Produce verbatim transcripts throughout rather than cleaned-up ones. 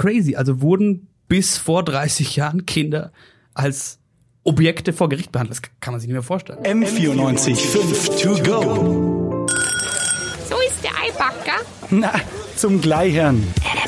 crazy. Also wurden bis vor dreißig Jahren Kinder als Objekte vor Gericht behandelt. Das kann man sich nicht mehr vorstellen. M vierundneunzig Komma fünf to go. So ist der Eibacker. Na, zum Gleichern.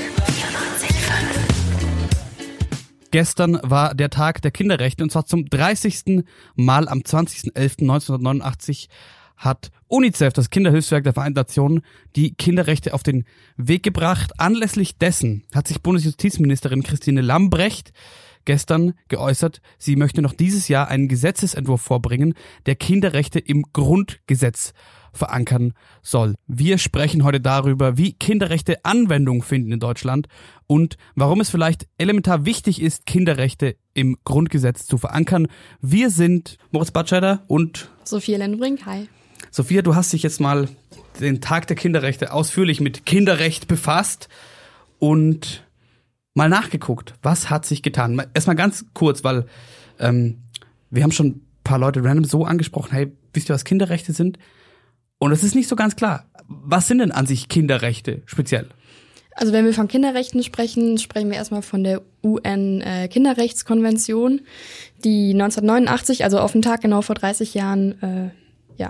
Gestern war der Tag der Kinderrechte und zwar zum dreißigsten Mal am zwanzigsten elften neunzehnhundertneunundachtzig hat UNICEF, das Kinderhilfswerk der Vereinten Nationen, die Kinderrechte auf den Weg gebracht. Anlässlich dessen hat sich Bundesjustizministerin Christine Lambrecht gestern geäußert, sie möchte noch dieses Jahr einen Gesetzesentwurf vorbringen, der Kinderrechte im Grundgesetz verankern soll. Wir sprechen heute darüber, wie Kinderrechte Anwendung finden in Deutschland und warum es vielleicht elementar wichtig ist, Kinderrechte im Grundgesetz zu verankern. Wir sind Moritz Batscheider und Sophia Lendbrink. Hi. Sophia, du hast dich jetzt mal den Tag der Kinderrechte ausführlich mit Kinderrecht befasst und mal nachgeguckt, was hat sich getan. Erstmal ganz kurz, weil ähm, wir haben schon ein paar Leute random so angesprochen, hey, wisst ihr, was Kinderrechte sind? Und es ist nicht so ganz klar. Was sind denn an sich Kinderrechte speziell? Also wenn wir von Kinderrechten sprechen, sprechen wir erstmal von der U N-Kinderrechtskonvention, die neunzehnhundertneunundachtzig, also auf den Tag genau vor dreißig Jahren, äh, ja,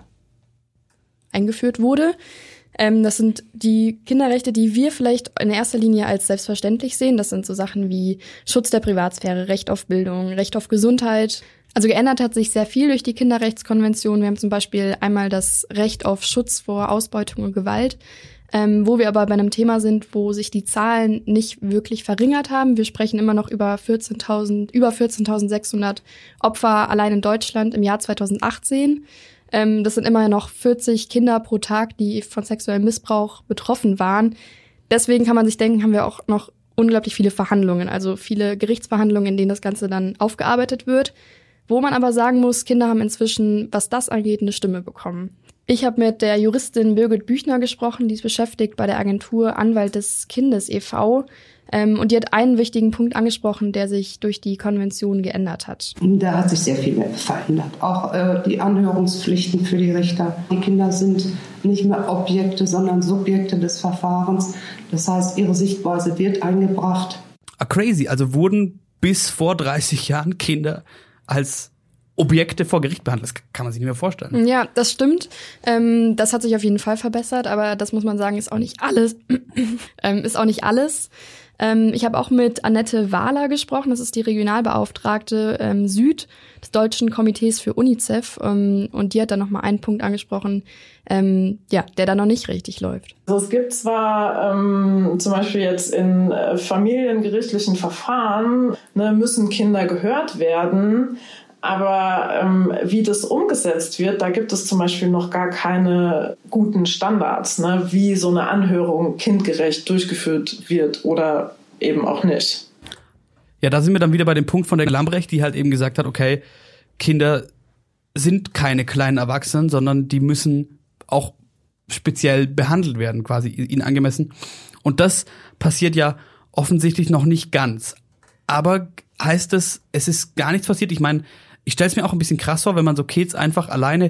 eingeführt wurde. Ähm, das sind die Kinderrechte, die wir vielleicht in erster Linie als selbstverständlich sehen. Das sind so Sachen wie Schutz der Privatsphäre, Recht auf Bildung, Recht auf Gesundheit. Also geändert hat sich sehr viel durch die Kinderrechtskonvention. Wir haben zum Beispiel einmal das Recht auf Schutz vor Ausbeutung und Gewalt, ähm, wo wir aber bei einem Thema sind, wo sich die Zahlen nicht wirklich verringert haben. Wir sprechen immer noch über vierzehntausend, über vierzehntausendsechshundert Opfer allein in Deutschland im Jahr zweitausendachtzehn. Ähm, das sind immer noch vierzig Kinder pro Tag, die von sexuellem Missbrauch betroffen waren. Deswegen kann man sich denken, haben wir auch noch unglaublich viele Verhandlungen, also viele Gerichtsverhandlungen, in denen das Ganze dann aufgearbeitet wird. Wo man aber sagen muss, Kinder haben inzwischen, was das angeht, eine Stimme bekommen. Ich habe mit der Juristin Birgit Büchner gesprochen, die ist beschäftigt bei der Agentur Anwalt des Kindes e V Ähm, und die hat einen wichtigen Punkt angesprochen, der sich durch die Konvention geändert hat. Da hat sich sehr viel verändert. Auch äh, die Anhörungspflichten für die Richter. Die Kinder sind nicht mehr Objekte, sondern Subjekte des Verfahrens. Das heißt, ihre Sichtweise wird eingebracht. Ah, crazy. Also wurden bis vor dreißig Jahren Kinder als Objekte vor Gericht behandelt. Das kann man sich nicht mehr vorstellen. Ja, das stimmt. Ähm, das hat sich auf jeden Fall verbessert, aber das muss man sagen, ist auch nicht alles. ähm, ist auch nicht alles. Ähm, ich habe auch mit Annette Wahler gesprochen, das ist die Regionalbeauftragte ähm, Süd des Deutschen Komitees für UNICEF. Ähm, und die hat dann nochmal einen Punkt angesprochen, ähm, ja, der da noch nicht richtig läuft. Also es gibt zwar ähm, zum Beispiel jetzt in äh, familiengerichtlichen Verfahren, ne, müssen Kinder gehört werden, aber ähm, wie das umgesetzt wird, da gibt es zum Beispiel noch gar keine guten Standards, ne, wie so eine Anhörung kindgerecht durchgeführt wird oder eben auch nicht. Ja, da sind wir dann wieder bei dem Punkt von der Lambrecht, die halt eben gesagt hat, okay, Kinder sind keine kleinen Erwachsenen, sondern die müssen auch speziell behandelt werden, quasi ihnen angemessen. Und das passiert ja offensichtlich noch nicht ganz. Aber heißt es, es ist gar nichts passiert? Ich meine, ich stelle es mir auch ein bisschen krass vor, wenn man so Kids einfach alleine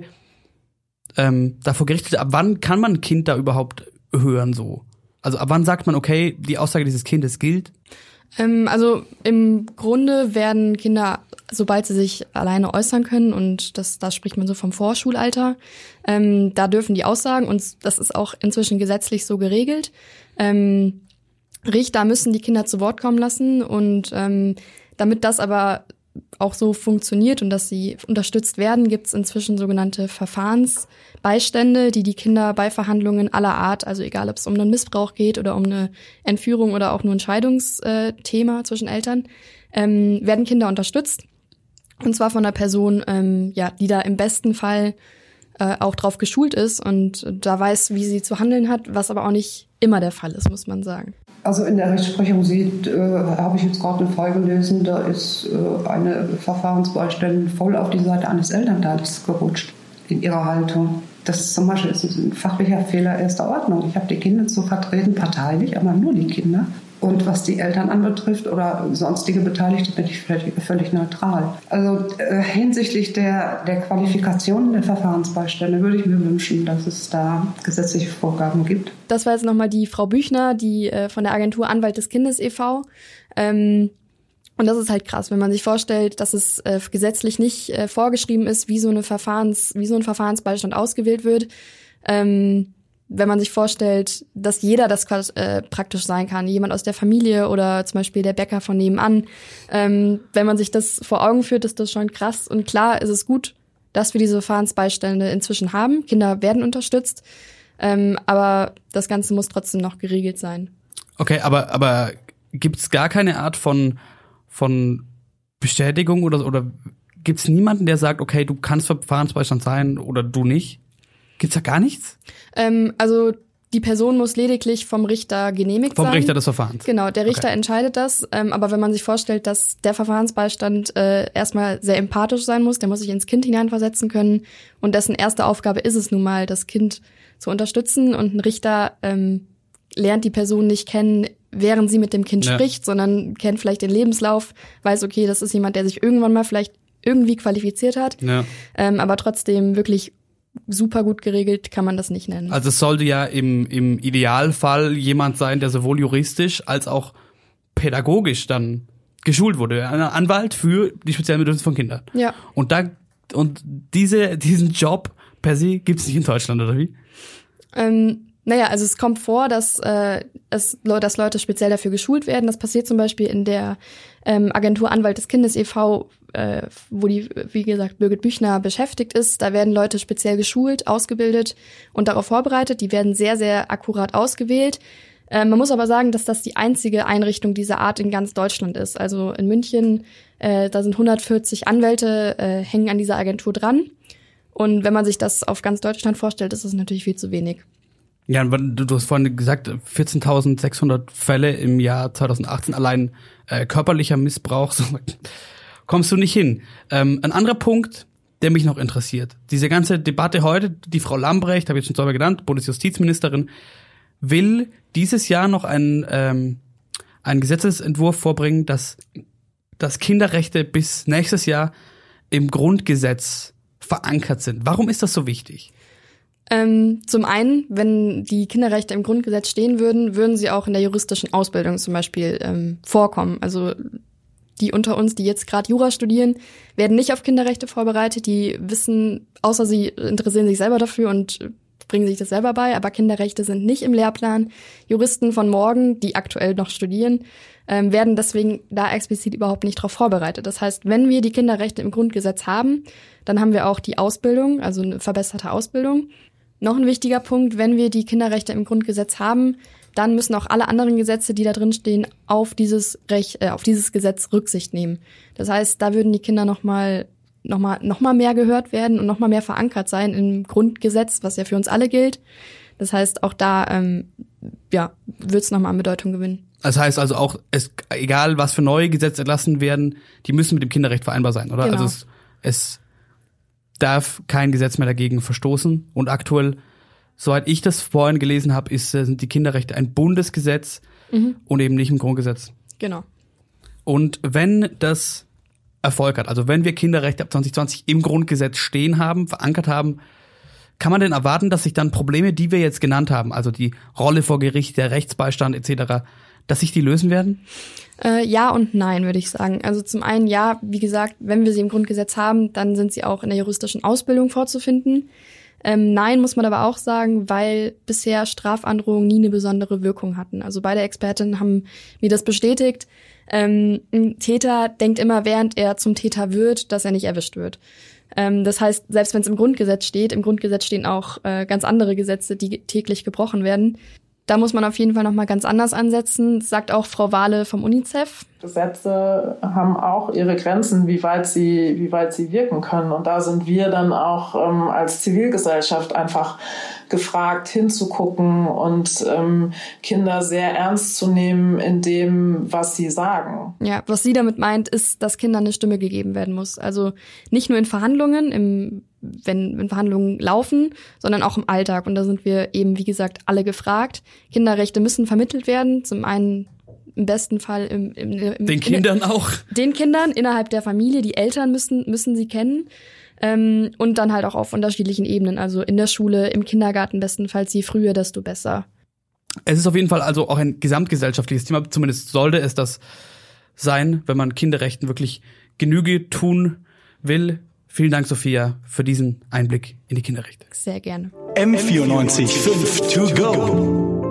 ähm, davor gerichtet. Ab wann kann man ein Kind da überhaupt hören so? Also ab wann sagt man, okay, die Aussage dieses Kindes gilt? Ähm, also im Grunde werden Kinder, sobald sie sich alleine äußern können, und das, da spricht man so vom Vorschulalter, ähm, da dürfen die aussagen, und das ist auch inzwischen gesetzlich so geregelt. Ähm, Richter müssen die Kinder zu Wort kommen lassen, und ähm, damit das aber auch so funktioniert und dass sie unterstützt werden, gibt es inzwischen sogenannte Verfahrensbeistände, die die Kinder bei Verhandlungen aller Art, also egal ob es um einen Missbrauch geht oder um eine Entführung oder auch nur ein Scheidungsthema zwischen Eltern, ähm, werden Kinder unterstützt. Und zwar von einer Person, ähm, ja, die da im besten Fall äh, auch drauf geschult ist und da weiß, wie sie zu handeln hat, was aber auch nicht immer der Fall ist, muss man sagen. Also in der Rechtsprechung sieht, äh, habe ich jetzt gerade einen Fall gelesen, da ist äh, eine Verfahrensbeiständin voll auf die Seite eines Elternteils gerutscht in ihrer Haltung. Das ist zum Beispiel ist ein fachlicher Fehler erster Ordnung. Ich habe die Kinder zu vertreten, parteilich, aber nur die Kinder. Und was die Eltern anbetrifft oder sonstige Beteiligte bin ich völlig, völlig neutral. Also äh, hinsichtlich der, der Qualifikationen der Verfahrensbeistände würde ich mir wünschen, dass es da gesetzliche Vorgaben gibt. Das war jetzt nochmal die Frau Büchner, die äh, von der Agentur Anwalt des Kindes e V Ähm, und das ist halt krass, wenn man sich vorstellt, dass es äh, gesetzlich nicht äh, vorgeschrieben ist, wie so eine Verfahrens, wie so ein Verfahrensbeistand ausgewählt wird. Ähm, wenn man sich vorstellt, dass jeder das äh, praktisch sein kann, jemand aus der Familie oder zum Beispiel der Bäcker von nebenan. Ähm, wenn man sich das vor Augen führt, ist das schon krass. Und klar ist es gut, dass wir diese Verfahrensbeistände inzwischen haben. Kinder werden unterstützt, ähm, aber das Ganze muss trotzdem noch geregelt sein. Okay, aber aber gibt's gar keine Art von von Bestätigung oder oder gibt's niemanden, der sagt, okay, du kannst Verfahrensbeistand sein oder du nicht? Gibt's da gar nichts? Ähm, also die Person muss lediglich vom Richter genehmigt vom sein. Vom Richter des Verfahrens? Genau, der Richter okay. entscheidet das. Ähm, aber wenn man sich vorstellt, dass der Verfahrensbeistand äh, erstmal sehr empathisch sein muss, der muss sich ins Kind hineinversetzen können und dessen erste Aufgabe ist es nun mal, das Kind zu unterstützen. Und ein Richter ähm, lernt die Person nicht kennen, während sie mit dem Kind ja. spricht, sondern kennt vielleicht den Lebenslauf, weiß, okay, das ist jemand, der sich irgendwann mal vielleicht irgendwie qualifiziert hat, ja. ähm, aber trotzdem wirklich super gut geregelt kann man das nicht nennen. Also es sollte ja im, im Idealfall jemand sein, der sowohl juristisch als auch pädagogisch dann geschult wurde. Ein Anwalt für die speziellen Bedürfnisse von Kindern. Ja. Und da und diese diesen Job per se gibt es nicht in Deutschland, oder wie? Ähm, naja, also es kommt vor, dass, äh, es, dass Leute speziell dafür geschult werden. Das passiert zum Beispiel in der ähm, Agentur Anwalt des Kindes e V, äh, wo die, wie gesagt, Birgit Büchner beschäftigt ist. Da werden Leute speziell geschult, ausgebildet und darauf vorbereitet. Die werden sehr, sehr akkurat ausgewählt. Äh, man muss aber sagen, dass das die einzige Einrichtung dieser Art in ganz Deutschland ist. Also in München, äh, da sind hundertvierzig Anwälte, äh, hängen an dieser Agentur dran. Und wenn man sich das auf ganz Deutschland vorstellt, ist das natürlich viel zu wenig. Ja, du, du hast vorhin gesagt, vierzehntausendsechshundert Fälle im Jahr zweitausendachtzehn, allein äh, körperlicher Missbrauch, so kommst du nicht hin. Ähm, ein anderer Punkt, der mich noch interessiert, diese ganze Debatte heute, die Frau Lambrecht, habe ich schon zweimal genannt, Bundesjustizministerin, will dieses Jahr noch einen, ähm, einen Gesetzesentwurf vorbringen, dass, dass Kinderrechte bis nächstes Jahr im Grundgesetz verankert sind. Warum ist das so wichtig? Ähm, zum einen, wenn die Kinderrechte im Grundgesetz stehen würden, würden sie auch in der juristischen Ausbildung zum Beispiel ähm, vorkommen. Also die unter uns, die jetzt gerade Jura studieren, werden nicht auf Kinderrechte vorbereitet. Die wissen, außer sie interessieren sich selber dafür und bringen sich das selber bei, aber Kinderrechte sind nicht im Lehrplan. Juristen von morgen, die aktuell noch studieren, ähm, werden deswegen da explizit überhaupt nicht darauf vorbereitet. Das heißt, wenn wir die Kinderrechte im Grundgesetz haben, dann haben wir auch die Ausbildung, also eine verbesserte Ausbildung. Noch ein wichtiger Punkt, wenn wir die Kinderrechte im Grundgesetz haben, dann müssen auch alle anderen Gesetze, die da drin stehen, auf dieses Recht, äh, auf dieses Gesetz Rücksicht nehmen. Das heißt, da würden die Kinder noch mal, noch mal, noch mal mehr gehört werden und noch mal mehr verankert sein im Grundgesetz, was ja für uns alle gilt. Das heißt, auch da, ähm, ja, wird es noch mal an Bedeutung gewinnen. Das heißt also auch, es, egal was für neue Gesetze erlassen werden, die müssen mit dem Kinderrecht vereinbar sein, oder? Genau. Also es, es darf kein Gesetz mehr dagegen verstoßen. Und aktuell, soweit ich das vorhin gelesen habe, ist, sind die Kinderrechte ein Bundesgesetz mhm. und eben nicht ein Grundgesetz. Genau. Und wenn das Erfolg hat, also wenn wir Kinderrechte ab zwanzig zwanzig im Grundgesetz stehen haben, verankert haben, kann man denn erwarten, dass sich dann Probleme, die wir jetzt genannt haben, also die Rolle vor Gericht, der Rechtsbeistand et cetera, dass sich die lösen werden? Äh, ja und nein, würde ich sagen. Also zum einen ja, wie gesagt, wenn wir sie im Grundgesetz haben, dann sind sie auch in der juristischen Ausbildung vorzufinden. Ähm, nein, muss man aber auch sagen, weil bisher Strafandrohungen nie eine besondere Wirkung hatten. Also beide Expertinnen haben mir das bestätigt. Ähm, ein Täter denkt immer, während er zum Täter wird, dass er nicht erwischt wird. Ähm, das heißt, selbst wenn es im Grundgesetz steht, im Grundgesetz stehen auch äh, ganz andere Gesetze, die täglich gebrochen werden. Da muss man auf jeden Fall noch mal ganz anders ansetzen. Das sagt auch Frau Wahle vom UNICEF. Gesetze haben auch ihre Grenzen, wie weit sie, wie weit sie wirken können. Und da sind wir dann auch ähm, als Zivilgesellschaft einfach gefragt, hinzugucken und ähm, Kinder sehr ernst zu nehmen in dem, was sie sagen. Ja, was sie damit meint, ist, dass Kindern eine Stimme gegeben werden muss. Also nicht nur in Verhandlungen, im, wenn, wenn Verhandlungen laufen, sondern auch im Alltag. Und da sind wir eben, wie gesagt, alle gefragt. Kinderrechte müssen vermittelt werden. Zum einen im besten Fall im, im, im den Kindern in, auch. Den Kindern innerhalb der Familie, die Eltern müssen müssen sie kennen. Ähm, und dann halt auch auf unterschiedlichen Ebenen, also in der Schule, im Kindergarten bestenfalls, je früher, desto besser. Es ist auf jeden Fall also auch ein gesamtgesellschaftliches Thema, zumindest sollte es das sein, wenn man Kinderrechten wirklich Genüge tun will. Vielen Dank, Sophia, für diesen Einblick in die Kinderrechte. Sehr gerne. M vierundneunzig Komma fünf to go.